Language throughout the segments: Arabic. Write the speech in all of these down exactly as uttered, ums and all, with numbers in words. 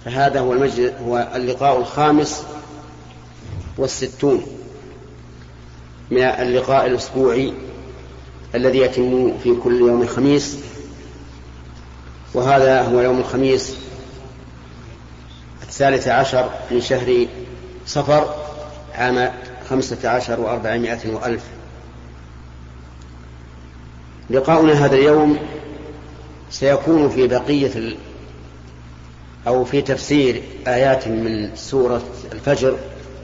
فهذا هو المجلس هو اللقاء الخامس والستون من اللقاء الأسبوعي الذي يتم في كل يوم خميس، وهذا هو يوم الخميس الثالث عشر من شهر صفر عام خمسة عشر وأربعمائة وألف. لقاؤنا هذا اليوم سيكون في بقية أو في تفسير آيات من سورة الفجر،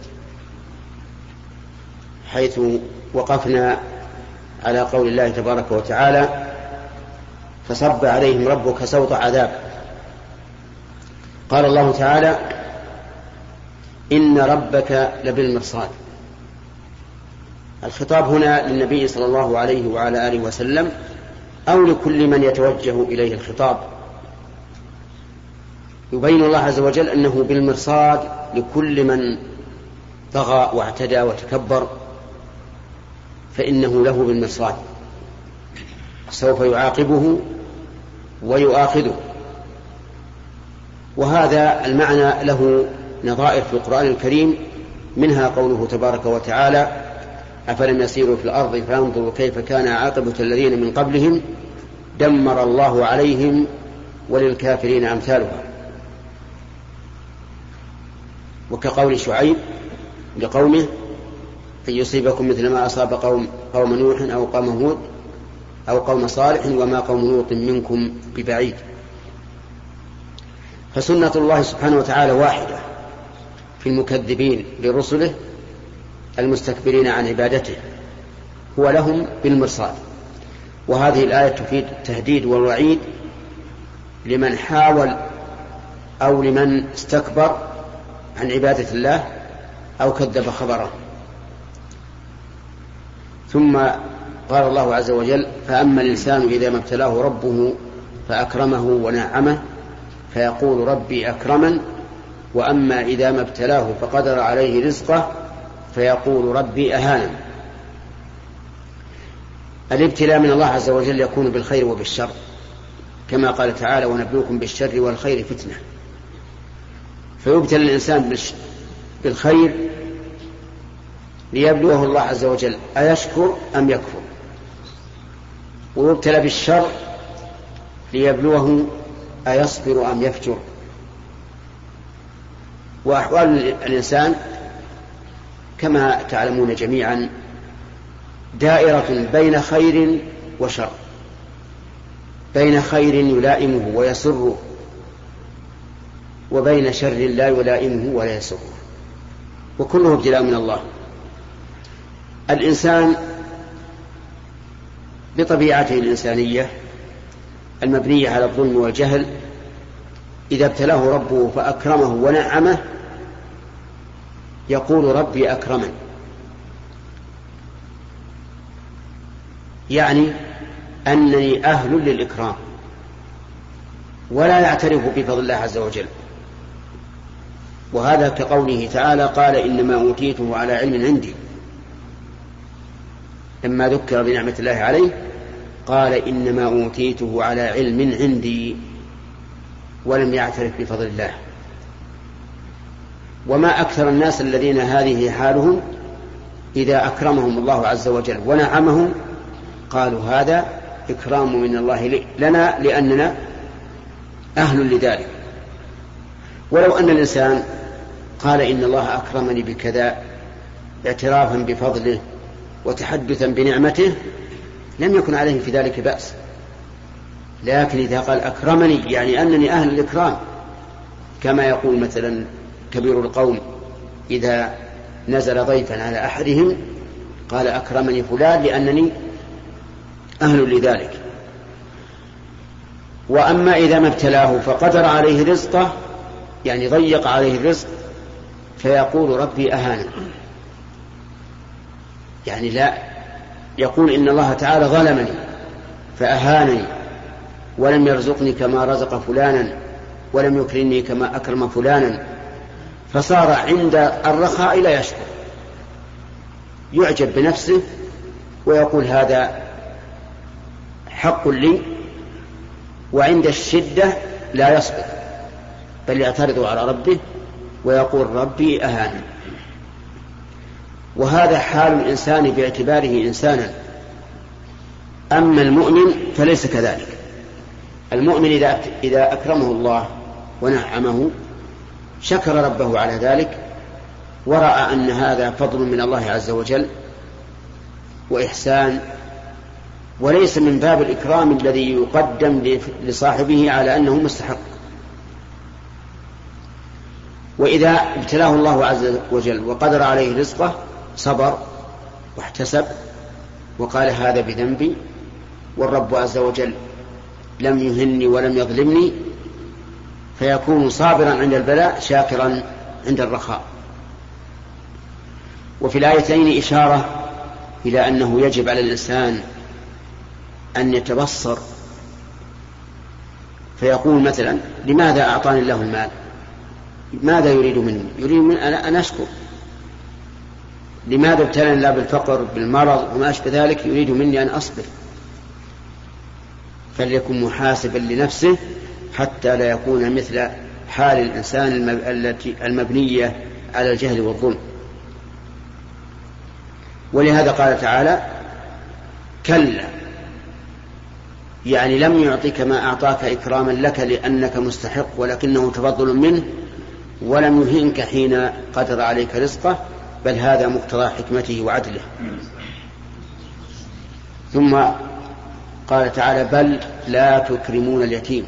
حيث وقفنا على قول الله تبارك وتعالى: فصب عليهم ربك سوط عذاب. قال الله تعالى: إن ربك لبالمرصاد. الخطاب هنا للنبي صلى الله عليه وعلى آله وسلم أو لكل من يتوجه إليه الخطاب. يبين الله عز وجل أنه بالمرصاد لكل من طغى واعتدى وتكبر، فإنه له بالمرصاد، سوف يعاقبه ويؤاخذه. وهذا المعنى له نظائر في القرآن الكريم، منها قوله تبارك وتعالى: أفلم يسيروا في الأرض فينظروا كيف كان عاقبة الذين من قبلهم دمر الله عليهم وللكافرين أمثالها. وكقول شعيب لقومه: أن يصيبكم مثل ما أصاب قوم, قوم نوح أو قوم هود أو قوم صالح وما قوم لوط منكم ببعيد. فسنة الله سبحانه وتعالى واحدة في المكذبين لرسله المستكبرين عن عبادته، هو لهم بالمرصاد. وهذه الآية تفيد التهديد والوعيد لمن حاول أو لمن استكبر عن عبادة الله أو كذب خبره. ثم قال الله عز وجل: فأما الإنسان إذا ما ابتلاه ربه فأكرمه ونعمه فيقول ربي أكرمن، وأما إذا ما ابتلاه فقدر عليه رزقه فيقول ربي أهانن. الابتلاء من الله عز وجل يكون بالخير وبالشر، كما قال تعالى: ونبلوكم بالشر والخير فتنة. فيبتلى الإنسان بالخير ليبلوه الله عز وجل أيشكر أم يكفر، ويبتلى بالشر ليبلوه أيصبر أم يفجر. وأحوال الإنسان كما تعلمون جميعا دائرة بين خير وشر، بين خير يلائمه ويسره وبين شر لا يلائمه ولا يسره، وكله ابتلاء من الله. الإنسان بطبيعته الإنسانية المبنية على الظلم والجهل إذا ابتلاه ربه فأكرمه ونعمه يقول ربي أكرمن، يعني أنني أهل للإكرام، ولا يعترف بفضل الله عز وجل. وهذا كقوله تعالى: قال إنما أوتيته على علم عندي. لما ذكر بنعمة الله عليه قال إنما أوتيته على علم عندي، ولم يعترف بفضل الله. وما أكثر الناس الذين هذه حالهم إذا أكرمهم الله عز وجل ونعمهم قالوا هذا إكرام من الله لنا لأننا أهل لذلك. ولو أن الإنسان قال إن الله أكرمني بكذا اعترافا بفضله وتحدثا بنعمته لم يكن عليه في ذلك بأس، لكن إذا قال أكرمني يعني أنني أهل الإكرام، كما يقول مثلا كبير القوم إذا نزل ضيفا على أحدهم قال أكرمني فلان لأنني أهل لذلك. وأما إذا ما ابتلاه فقدر عليه رزقه يعني ضيق عليه الرزق فيقول ربي أهانن، يعني لا يقول إن الله تعالى ظلمني فأهانني ولم يرزقني كما رزق فلانا ولم يكرمني كما أكرم فلانا، فصار عند الرخاء لا يشكر، يعجب بنفسه ويقول هذا حق لي، وعند الشدة لا يصبر بل يعترض على ربه ويقول ربي أهاني. وهذا حال الإنسان باعتباره إنسانا. أما المؤمن فليس كذلك. المؤمن إذا إذا أكرمه الله ونعمه شكر ربه على ذلك ورأى أن هذا فضل من الله عز وجل وإحسان، وليس من باب الإكرام الذي يقدم لصاحبه على أنه مستحق. وإذا ابتلاه الله عز وجل وقدر عليه رزقه صبر واحتسب وقال هذا بذنبي والرب عز وجل لم يهني ولم يظلمني، فيكون صابرا عند البلاء شاكرا عند الرخاء. وفي الآيتين إشارة إلى أنه يجب على الإنسان أن يتبصر فيقول مثلا لماذا أعطاني الله المال؟ ماذا يريد مني؟ يريد من أن أشكر. لماذا ابتلاني الله بالفقر بالمرض وما أشبه ذلك؟ يريد مني أن أصبر. فليكن محاسبا لنفسه حتى لا يكون مثل حال الإنسان التي المبنية على الجهل والظلم. ولهذا قال تعالى كلا، يعني لم يعطيك ما أعطاك إكراما لك لأنك مستحق ولكنه تفضل منه، ولم يهنك حين قدر عليك رزقه، بل هذا مقتضى حكمته وعدله. ثم قال تعالى بل لا تكرمون اليتيم،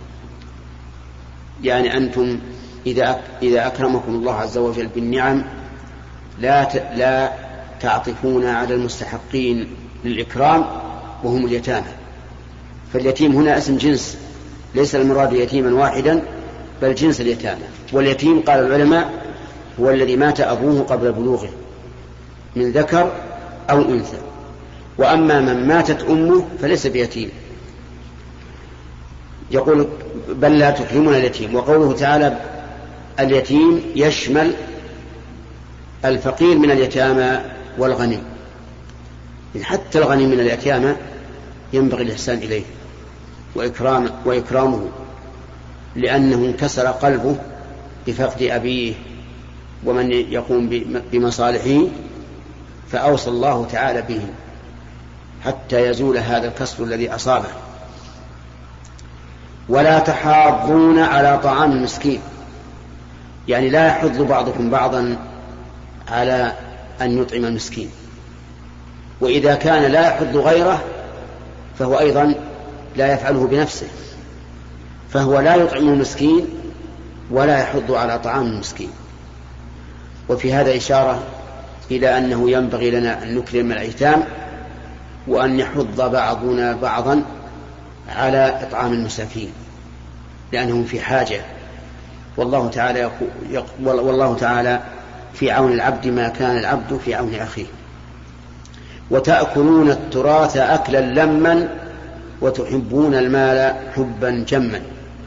يعني أنتم إذا إذا أكرمكم الله عز وجل بالنعم لا لا تعطفون على المستحقين للإكرام وهم اليتامى. فاليتيم هنا اسم جنس، ليس المراد يتيما واحدا بل جنس اليتامى. واليتيم قال العلماء هو الذي مات أبوه قبل بلوغه من ذكر أو أنثى، وأما من ماتت أمه فليس بيتيم. يقول بل لا تكرمون اليتيم. وقوله تعالى اليتيم يشمل الفقير من اليتامى والغني، حتى الغني من اليتامى ينبغي الإحسان إليه وإكرام وإكرامه، لأنه انكسر قلبه بفقد أبيه ومن يقوم بمصالحه، فأوصى الله تعالى به حتى يزول هذا الكسر الذي أصابه. ولا تحاضون على طعام المسكين، يعني لا يحض بعضكم بعضا على أن يطعم المسكين، وإذا كان لا يحض غيره فهو أيضا لا يفعله بنفسه، فهو لا يطعم المسكين ولا يحض على طعام المسكين. وفي هذا إشارة إلى أنه ينبغي لنا أن نكرم الأيتام وأن يحض بعضنا بعضا على إطعام المساكين لأنهم في حاجة، والله تعالى يقول والله تعالى في عون العبد ما كان العبد في عون أخيه. وتأكلون التراث أكلا لما وتحبون المال حبا جما.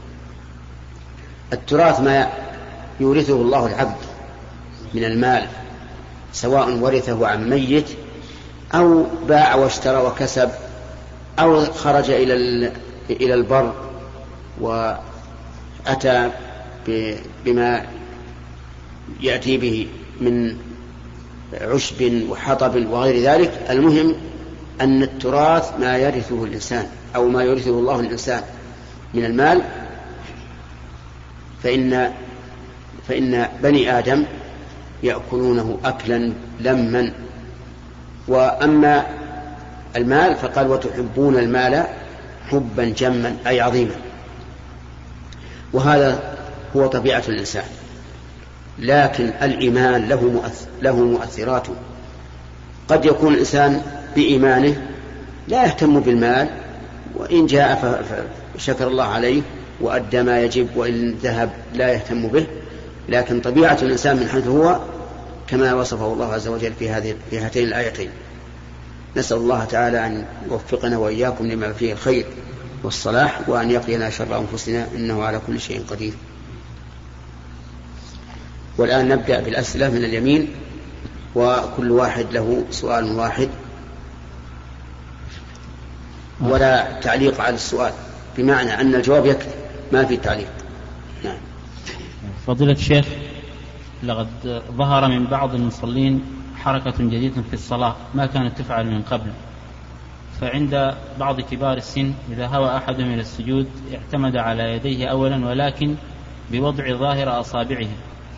التراث ما يورثه الله العبد من المال، سواء ورثه عن ميت أو باع واشترى وكسب أو خرج إلى إلى البر وأتى بما يأتي به من عشب وحطب وغير ذلك. المهم أن التراث ما يرثه الإنسان أو ما يرثه الله الإنسان من المال، فإن فإن بني آدم يأكلونه أكلا لما. وأما المال فقال وتحبون المال حبا جما أي عظيما. وهذا هو طبيعة الإنسان، لكن الإيمان له مؤثر له مؤثرات. قد يكون الإنسان بإيمانه لا يهتم بالمال، وإن جاء فشكر الله عليه وأدى ما يجب، وإن ذهب لا يهتم به. لكن طبيعة الإنسان من حيث هو كما وصفه الله عز وجل في هذه في هاتين الآيتين. نسأل الله تعالى أن يوفقنا وإياكم لما فيه الخير والصلاح، وأن يقينا شر أنفسنا إنه على كل شيء قدير. والآن نبدأ بالأسئلة من اليمين، وكل واحد له سؤال واحد ولا تعليق على السؤال، بمعنى أن الجواب يكفي ما في تعليق. نعم. فضيلة الشيخ، لقد ظهر من بعض المصلين حركة جديدة في الصلاة ما كانت تفعل من قبل، فعند بعض كبار السن إذا هوى أحدهم إلى السجود اعتمد على يديه أولا ولكن بوضع ظاهر أصابعه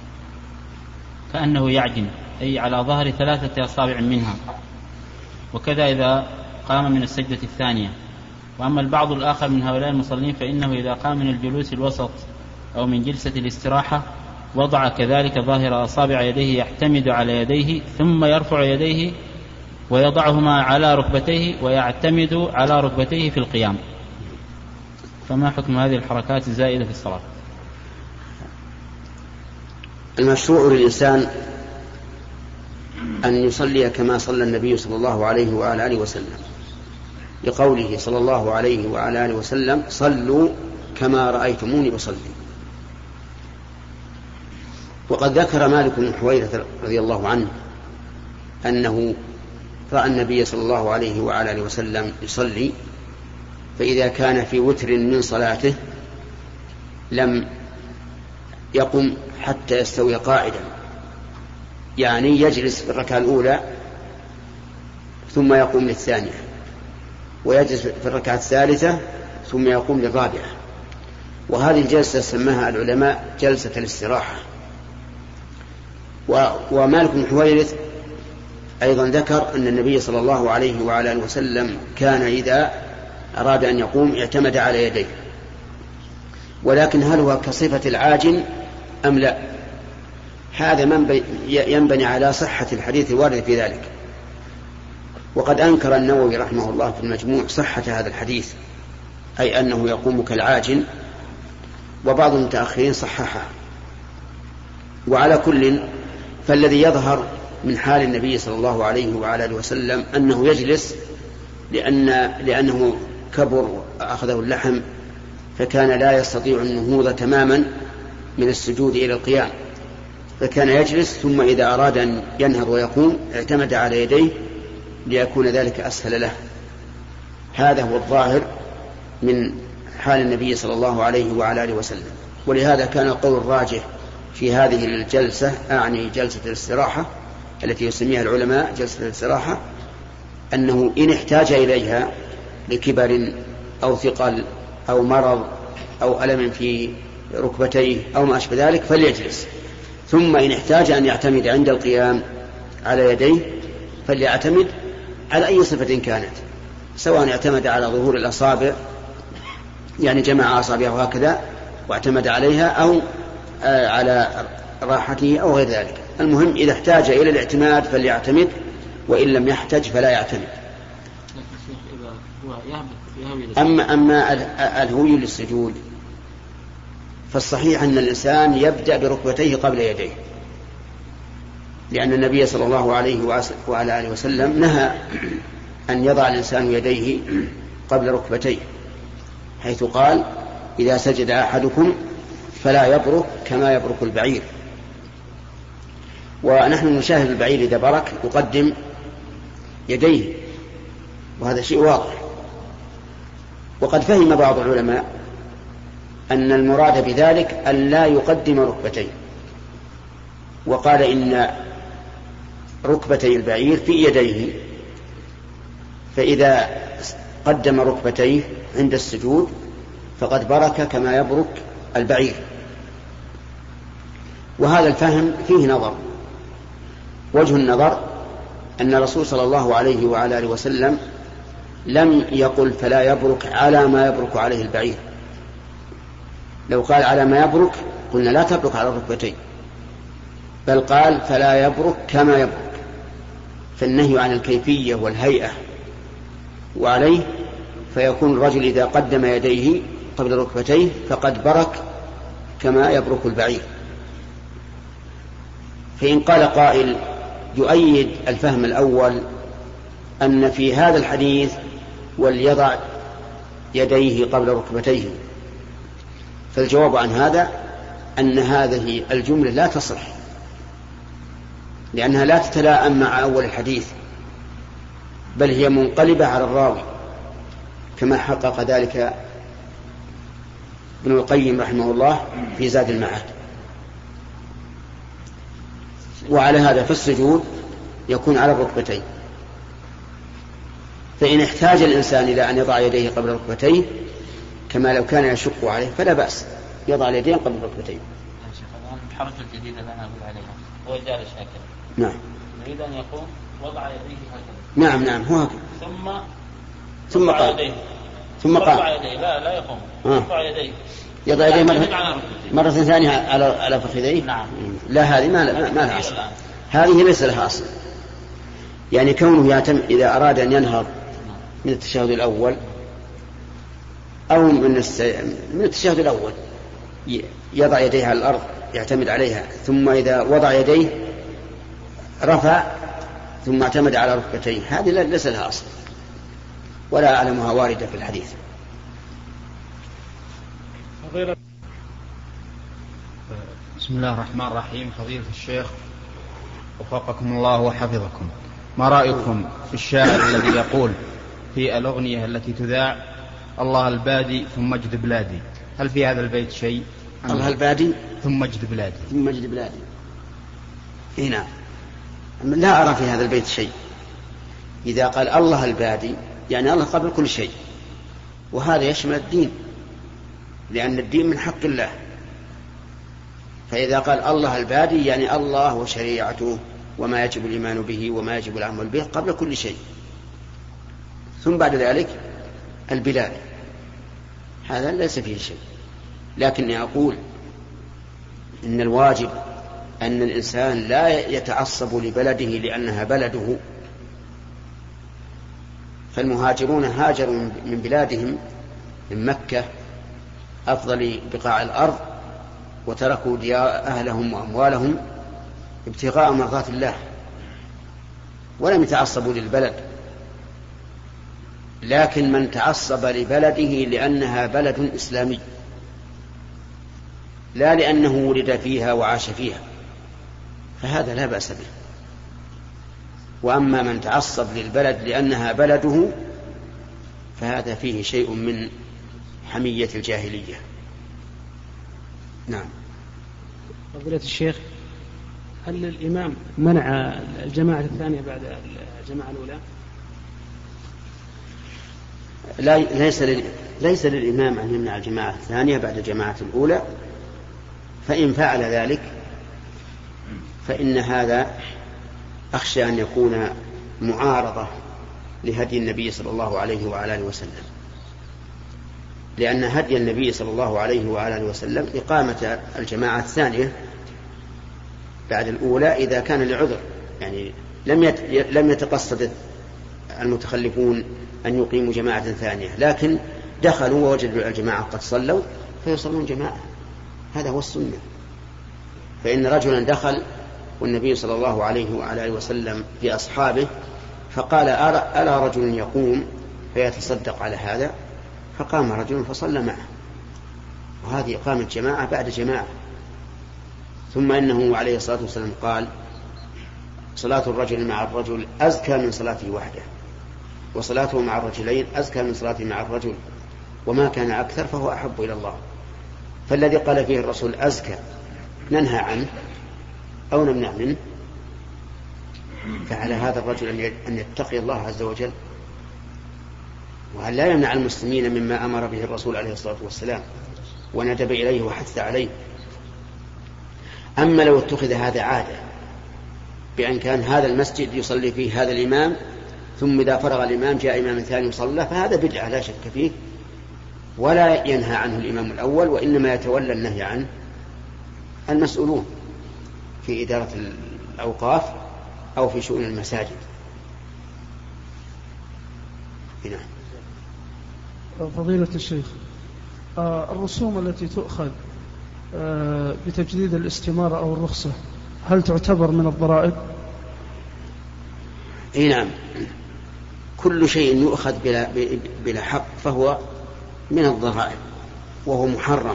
كأنه يعجن، أي على ظهر ثلاثة أصابع منها، وكذا إذا قام من السجدة الثانية. وأما البعض الآخر من هؤلاء المصلين فإنه إذا قام من الجلوس الوسط أو من جلسة الاستراحة وضع كذلك ظاهر أصابع يديه يعتمد على يديه ثم يرفع يديه ويضعهما على ركبتيه ويعتمد على ركبتيه في القيام، فما حكم هذه الحركات الزائدة في الصلاة؟ المشروع للإنسان أن يصلي كما صلى النبي صلى الله عليه وآله وسلم، لقوله صلى الله عليه وآله وسلم: صلوا كما رأيتموني أصلي. وقد ذكر مالك بن حويرث رضي الله عنه أنه رأى النبي صلى الله عليه وآله وسلم يصلي، فإذا كان في وتر من صلاته لم يقم حتى يستوي قاعدا، يعني يجلس في الركعة الأولى ثم يقوم للثانية، ويجلس في الركعة الثالثة ثم يقوم للرابعة. وهذه الجلسة سماها العلماء جلسة الاستراحة. ومالك بن حويرث أيضا ذكر أن النبي صلى الله عليه وعلى آله وسلم كان إذا أراد أن يقوم اعتمد على يديه، ولكن هل هو كصفة العاجن أم لا؟ هذا ينبني على صحة الحديث الوارد في ذلك. وقد أنكر النووي رحمه الله في المجموع صحة هذا الحديث، أي أنه يقوم كالعاجن، وبعض المتأخرين صححه. وعلى كل فالذي يظهر من حال النبي صلى الله عليه وعلى آله وسلم أنه يجلس لأن لأنه كبر أخذه اللحم، فكان لا يستطيع النهوض تماما من السجود إلى القيام، فكان يجلس ثم إذا أراد أن ينهض ويقوم اعتمد على يديه ليكون ذلك أسهل له. هذا هو الظاهر من حال النبي صلى الله عليه وعلى آله وسلم. ولهذا كان القول الراجح في هذه الجلسة، أعني جلسة الاستراحة التي يسميها العلماء جلسة الاستراحة، أنه إن احتاج إليها لكبر أو ثقل أو مرض أو ألم في ركبتيه أو ما أشبه ذلك فليجلس، ثم إن احتاج أن يعتمد عند القيام على يديه فليعتمد على أي صفة كانت، سواء اعتمد على ظهور الأصابع يعني جمع أصابعه هكذا واعتمد عليها، أو على راحته أو غير ذلك. المهم إذا احتاج إلى الاعتماد فليعتمد، وإن لم يحتج فلا يعتمد. أما, أما الهوي للسجود فالصحيح أن الإنسان يبدأ بركبتيه قبل يديه، لأن النبي صلى الله عليه وعلى آله وسلم نهى أن يضع الإنسان يديه قبل ركبتيه، حيث قال: إذا سجد أحدكم فلا يبرك كما يبرك البعير. ونحن نشاهد البعير إذا برك يقدم يديه، وهذا شيء واضح. وقد فهم بعض العلماء أن المراد بذلك أن لا يقدم ركبتيه، وقال إن ركبتي البعير في يديه، فإذا قدم ركبتيه عند السجود فقد برك كما يبرك البعير. وهذا الفهم فيه نظر. وجه النظر أن الرسول صلى الله عليه وعلى آله وسلم لم يقل فلا يبرك على ما يبرك عليه البعير. لو قال على ما يبرك قلنا لا تبرك على الركبتين، بل قال فلا يبرك كما يبرك، فالنهي عن الكيفية والهيئة. وعليه فيكون الرجل إذا قدم يديه قبل ركبتيه فقد برك كما يبرك البعير. فإن قال قائل يؤيد الفهم الأول أن في هذا الحديث وليضع يديه قبل ركبتيه، فالجواب عن هذا أن هذه الجملة لا تصح، لأنها لا تتلائم مع أول الحديث، بل هي منقلبة على الراوي، كما حقق ذلك ابن القيم رحمه الله في زاد المعاد. وعلى هذا في السجود يكون على الركبتين. فإن احتاج الإنسان إلى أن يضع يديه قبل ركبتيه كما لو كان يشق عليه فلا بأس، يضع اليدين قبل الركبتين. يا شيخ الآن الحركة الجديدة اللي أنا أقول عليها هو جالس هكذا. نعم. يريد أن يقوم وضع يديه هكذا. نعم نعم هو هكذا. ثم ثم قام. يديه. ثم قام. لا لا يقوم. آه. يضع يديه. يضع يديه مرة, مرة ثانية على على فخذيه. نعم. لا هذه ما ما لها أصل. هذه ليس لها أصل. يعني كونه يتم إذا أراد أن ينهض من التشهد الأول أو من الس... من التشهد الأول يضع يديه على الأرض يعتمد عليها، ثم إذا وضع يديه رفع ثم اعتمد على ركبتيه، هذه ليس لها أصل ولا أعلمها واردة في الحديث. بسم الله الرحمن الرحيم. فضيلة الشيخ وفقكم الله وحفظكم، ما رأيكم في الشاعر الذي يقول في الأغنية التي تذاع الله البادي ثم مجد بلادي، هل في هذا البيت شيء؟ الله البادي ثم مجد بلادي. ثم مجد بلادي. هنا لا أرى في هذا البيت شيء. إذا قال الله البادي يعني الله قبل كل شيء، وهذا يشمل الدين لأن الدين من حق الله. فإذا قال الله البادي يعني الله وشريعته وما يجب الإيمان به وما يجب العمل به قبل كل شيء، ثم بعد ذلك البلاد، هذا ليس فيه شيء. لكني أقول إن الواجب أن الإنسان لا يتعصب لبلده لأنها بلده. فالمهاجرون هاجروا من بلادهم من مكة أفضل بقاع الأرض وتركوا ديار أهلهم وأموالهم ابتغاء مرضات الله ولم يتعصبوا للبلد. لكن من تعصب لبلده لأنها بلد إسلامي لا لأنه ولد فيها وعاش فيها فهذا لا بأس به. وأما من تعصب للبلد لأنها بلده فهذا فيه شيء من حمية الجاهلية. نعم. فضيلة الشيخ، هل الإمام منع الجماعة الثانية بعد الجماعة الأولى؟ لا ليس لل... ليس للإمام أن يمنع الجماعة الثانية بعد الجماعة الأولى، فإن فعل ذلك فإن هذا أخشى أن يكون معارضة لهدي النبي صلى الله عليه وعلى آله وسلم، لأن هدي النبي صلى الله عليه وعلى آله وسلم إقامة الجماعة الثانية بعد الأولى إذا كان لعذر، يعني لم يت... لم يتقصد المتخلفون أن يقيموا جماعة ثانية، لكن دخلوا ووجدوا الجماعة قد صلوا فيصلون جماعة، هذا هو السنة. فإن رجلا دخل والنبي صلى الله عليه وعلى آله وسلم في أصحابه فقال ألا رجل يقوم فيتصدق على هذا، فقام رجل فصلى معه، وهذه إقامة جماعة بعد جماعة. ثم إنه عليه الصلاة والسلام قال صلاة الرجل مع الرجل أزكى من صلاته وحده، وصلاته مع الرجلين أزكى من صلاته مع الرجل، وما كان أكثر فهو أحب إلى الله. فالذي قال فيه الرسول أزكى ننهى عنه أو نمنع منه، فعلى هذا الرجل أن يتقي الله عز وجل وأن لا يمنع المسلمين مما أمر به الرسول عليه الصلاة والسلام وندب إليه وحث عليه. أما لو اتخذ هذا عادة بأن كان هذا المسجد يصلي فيه هذا الإمام ثم إذا فرغ الإمام جاء إمام ثاني وصلى، فهذا بدعة لا شك فيه، ولا ينهى عنه الإمام الأول، وإنما يتولى النهي عنه المسؤولون في إدارة الأوقاف أو في شؤون المساجد. هنا. فضيلة الشيخ، الرسوم التي تؤخذ بتجديد الاستمارة أو الرخصة هل تعتبر من الضرائب؟ اي نعم، كل شيء يؤخذ بلا, بلا حق فهو من الضرائب وهو محرم،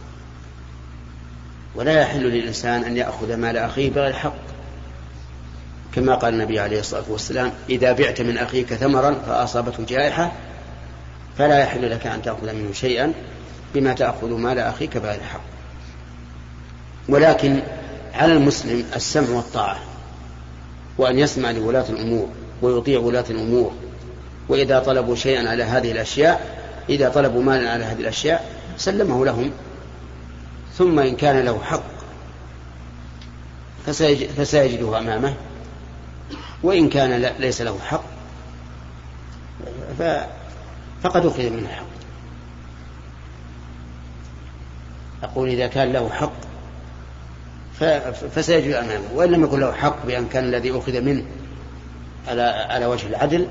ولا يحل للإنسان أن يأخذ مال أخيه بغير حق، كما قال النبي عليه الصلاة والسلام إذا بعت من أخيك ثمرا فأصابته جائحة فلا يحل لك أن تأخذ منه شيئا بما تأخذ مال أخيك بغير حق. ولكن على المسلم السمع والطاعة، وأن يسمع لولاة الأمور ويطيع ولاة الأمور، وإذا طلبوا شيئا على هذه الأشياء، إذا طلبوا مالا على هذه الأشياء سلمه لهم، ثم إن كان له حق فسيجده أمامه، وإن كان ليس له حق فقد أخذ منه الحق. أقول إذا كان له حق فسيجد أمامه، وإن لم يكن له حق بأن كان الذي أخذ منه على على وجه العدل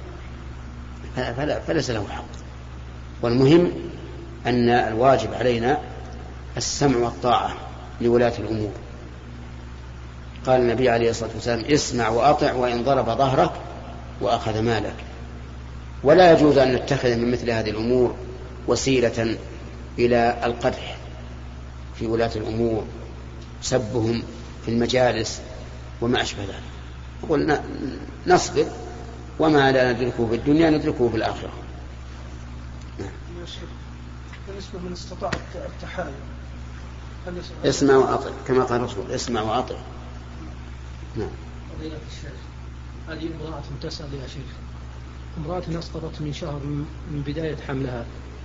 فليس له حق. والمهم أن الواجب علينا السمع والطاعة لولاة الأمور. قال النبي عليه الصلاة والسلام: اسمع وأطع وإن ضرب ظهرك وأخذ مالك. ولا يجوز أن نتخذ من مثل هذه الأمور وسيلة إلى القدح في ولاة الأمور، سبهم في المجالس وما أشبه ذلك. قلنا نصبر، وما لا ندركه في الدنيا ندركه في الآخرة. بالنسبة من استطاع التحايل اسمع وأطع كما قال الرسول: اسمع وأطع. نعم. فضيلة الشيخ، هذه امرأة تسأل يا شيخ، امرأة أسقطت من شهر من بداية حملها.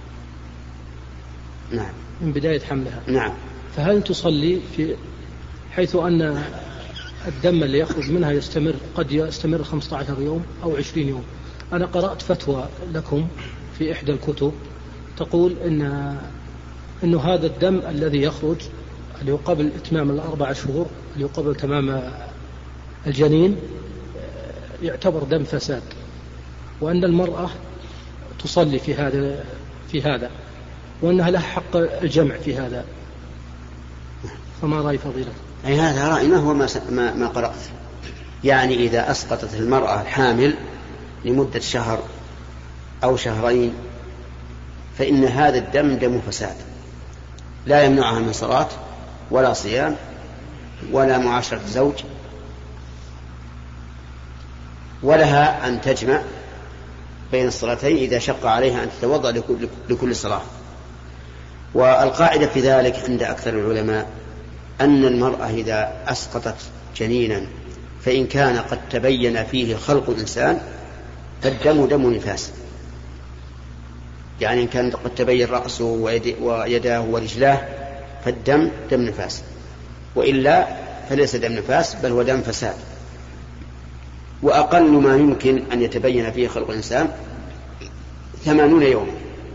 نعم. من بداية حملها. نعم. فهل تصلي في حيث أن الدم اللي يخرج منها يستمر، قد يستمر خمسة عشر يوم أو عشرين يوم؟ أنا قرأت فتوى لكم في إحدى الكتب تقول إن إنه هذا الدم الذي يخرج اللي قبل إتمام الأربع شهور، اللي قبل تمام الجنين، يعتبر دم فساد، وأن المرأة تصلي في هذا في هذا وأنها لها حق الجمع في هذا. فما رأي فضيلة؟ أي هذا رأي ما هو ما, ما, ما قرأت. يعني إذا أسقطت المرأة الحامل لمدة شهر أو شهرين فإن هذا الدم دم فساد، لا يمنعها من صلاة ولا صيام ولا معاشرة زوج، ولها أن تجمع بين الصلاتين إذا شق عليها أن تتوضأ لكل, لكل صلاة. والقاعدة في ذلك عند أكثر العلماء أن المرأة إذا أسقطت جنينا فإن كان قد تبين فيه خلق الإنسان فالدم دم نفاس، يعني إن كان قد تبين رأسه ويداه ورجلاه فالدم دم نفاس، وإلا فليس دم نفاس بل هو دم فساد. وأقل ما يمكن أن يتبين فيه خلق الإنسان ثمانون يوما.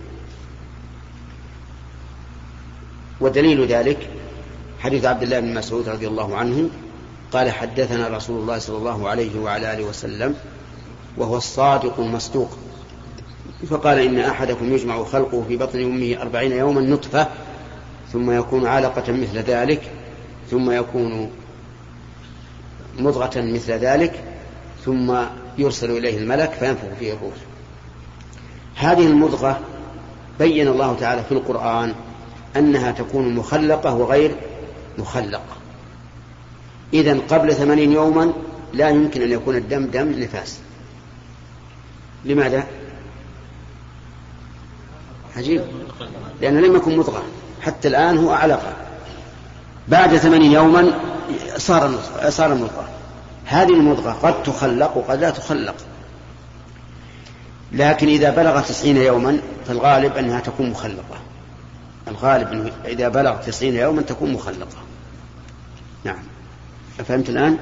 ودليل ذلك حديث عبد الله بن مسعود رضي الله عنه قال: حدثنا رسول الله صلى الله عليه وعلى آله وسلم وهو الصادق المصدوق، فقال: إن أحدكم يجمع خلقه في بطن أمه أربعين يوما نطفة، ثم يكون علقة مثل ذلك، ثم يكون مضغة مثل ذلك، ثم يرسل إليه الملك فينفخ فيه الروح. هذه المضغة بين الله تعالى في القرآن أنها تكون مخلقة وغير مخلقة. إذن قبل ثمانين يوما لا يمكن أن يكون الدم دم نفاس. لماذا؟ عجيب، لأنه لم يكن مضغة، حتى الآن هو علقة. بعد ثمانين يوما صار صار مضغة. هذه المضغة قد تخلق وقد لا تخلق، لكن إذا بلغ تسعين يوما فالغالب أنها تكون مخلقة. الغالب أنه إذا بلغ تسعين يوما تكون مخلقة. نعم، فهمت الآن؟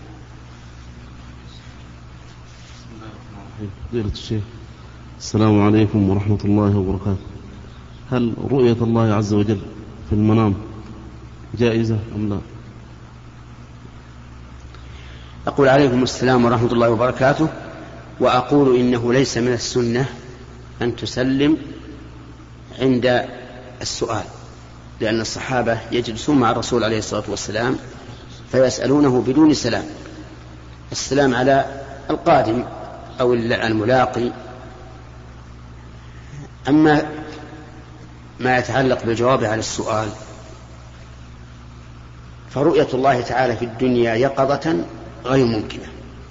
فضيلة الشيخ، السلام عليكم ورحمة الله وبركاته. هل رؤية الله عز وجل في المنام جائزة أم لا؟ أقول عليكم السلام ورحمة الله وبركاته، وأقول إنه ليس من السنة أن تسلم عند السؤال، لأن الصحابة يجلسون مع الرسول عليه الصلاة والسلام فيسألونه بدون سلام، السلام على القادم أو الملاقي. أما ما يتعلق بالجواب على السؤال فرؤية الله تعالى في الدنيا يقظة غير ممكنة،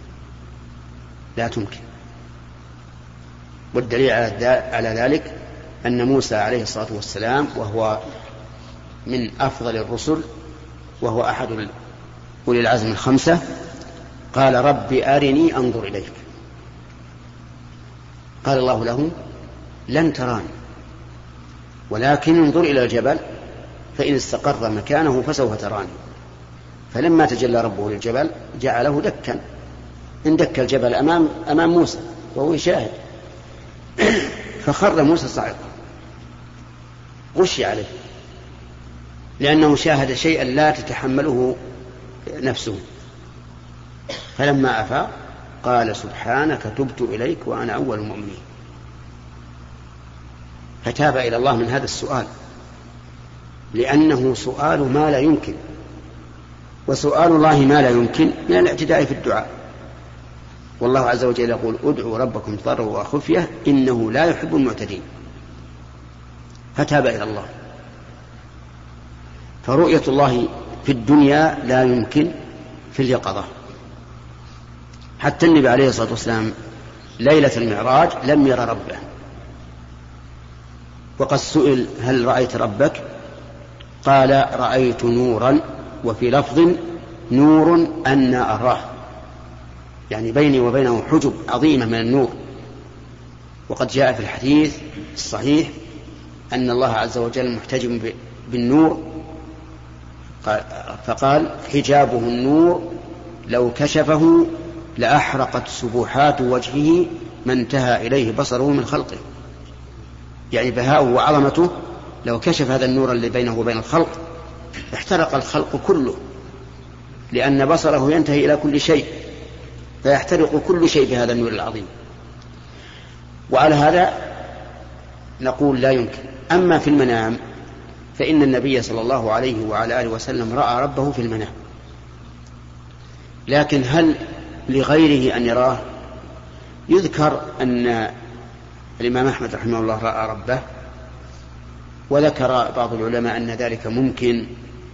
لا تمكن. والدليل على ذلك أن موسى عليه الصلاة والسلام وهو من أفضل الرسل وهو أحد أولي العزم الخمسة، قال رب أرني أنظر إليك. قال الله له لن تراني ولكن انظر إلى الجبل فإن استقر مكانه فسوف تراني. فلما تجلى ربه للجبل جعله دكا، اندك الجبل أمام, أمام موسى وهو يشاهد، فخر موسى صاعقا غشي عليه لأنه شاهد شيئا لا تتحمله نفسه. فلما أفاق قال سبحانك تبت إليك وأنا أول المؤمنين. فتاب إلى الله من هذا السؤال لأنه سؤال ما لا يمكن، وسؤال الله ما لا يمكن من الاعتداء في الدعاء. والله عز وجل يقول ادعوا ربكم تضرعا وخفية إنه لا يحب المعتدين. فتاب إلى الله. فرؤية الله في الدنيا لا يمكن في اليقظة. حتى النبي عليه الصلاة والسلام ليلة المعراج لم ير ربه، وقد سئل هل رأيت ربك؟ قال رأيت نورا، وفي لفظ نور أن أراه، يعني بيني وبينه حجب عظيمة من النور. وقد جاء في الحديث الصحيح أن الله عز وجل محتجم بالنور، فقال حجابه النور لو كشفه لأحرقت سبحات وجهه ما انتهى إليه بصره من خلقه. يعني بهاؤه وعظمته لو كشف هذا النور اللي بينه وبين الخلق احترق الخلق كله، لأن بصره ينتهي إلى كل شيء، فيحترق كل شيء بهذا النور العظيم. وعلى هذا نقول لا يمكن. أما في المنام فإن النبي صلى الله عليه وعلى آله وسلم رأى ربه في المنام، لكن هل لغيره أن يراه؟ يذكر أن الإمام أحمد رحمه الله رأى ربه، وذكر بعض العلماء أن ذلك ممكن،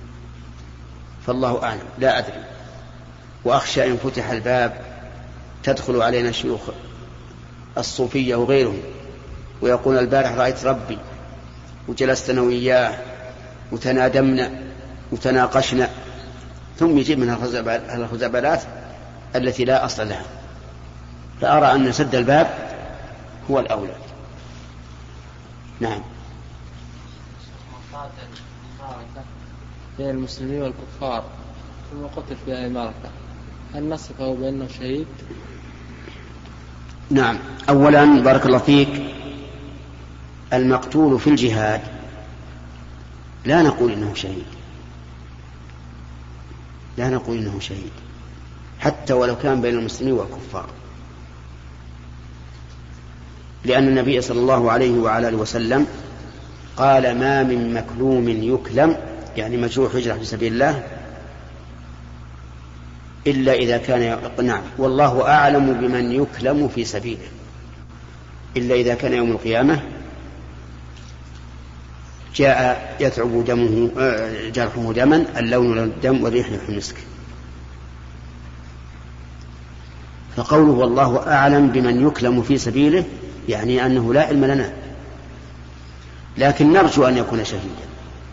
فالله أعلم لا أدري. وأخشى إن فتح الباب تدخل علينا شيوخ الصوفية وغيرهم ويقول البارح رأيت ربي وجلستنا وإياه وتنادمنا وتناقشنا، ثم يجيب من الخزعبلات التي لا أصل لها. فأرى أن سد الباب هو الأولى. نعم. بين المسلمين والكفار ثم قتل في أي معركة، هل نصفه بأنه شهيد؟ نعم. أولا بارك الله فيك، المقتول في الجهاد لا نقول إنه شهيد، لا نقول إنه شهيد حتى ولو كان بين المسلمين والكفار، لأن النبي صلى الله عليه وعلى آله وسلم قال ما من مكلوم يكلم، يعني مجروح يجرح في سبيل الله، إلا إذا كان نعم والله أعلم بمن يكلم في سبيله، إلا إذا كان يوم القيامة جاء يتعب دمه جرحه دما اللون الدم والريح المسك. فقوله والله أعلم بمن يكلم في سبيله يعني أنه لا علم لنا، لكن نرجو أن يكون شهيدا.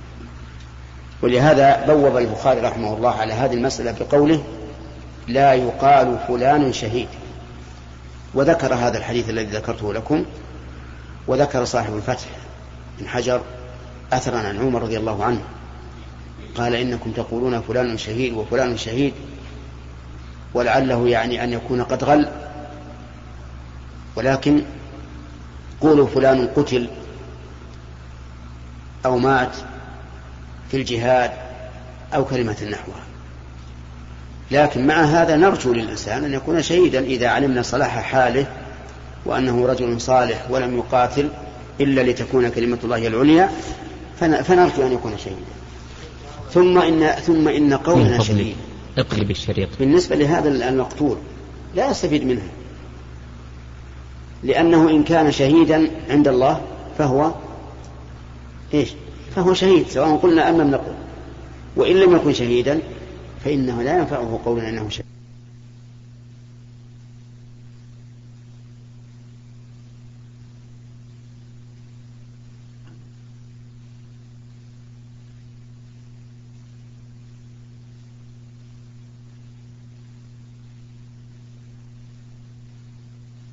ولهذا بوب البخاري رحمه الله على هذه المسألة بقوله لا يقال فلان شهيد، وذكر هذا الحديث الذي ذكرته لكم. وذكر صاحب الفتح بن حجر أثرا عن عمر رضي الله عنه قال إنكم تقولون فلان شهيد وفلان شهيد، ولعله يعني أن يكون قد غل، ولكن قولوا فلان قتل أو مات في الجهاد أو كلمة نحوها. لكن مع هذا نرجو للإنسان أن يكون شهيدا إذا علمنا صلاح حاله وأنه رجل صالح ولم يقاتل إلا لتكون كلمة الله العليا، فنرجو أن يكون شهيدا. ثم إن, ثم إن قولنا شهيد اقلب الشريط بالنسبة لهذا المقتول لا يستفيد منها، لأنه إن كان شهيدا عند الله فهو إيش؟ فهو شهيد سواء قلنا أم لم نقل، وإن لم يكن شهيدا فإنه لا ينفعه قولنا أنه شهيد.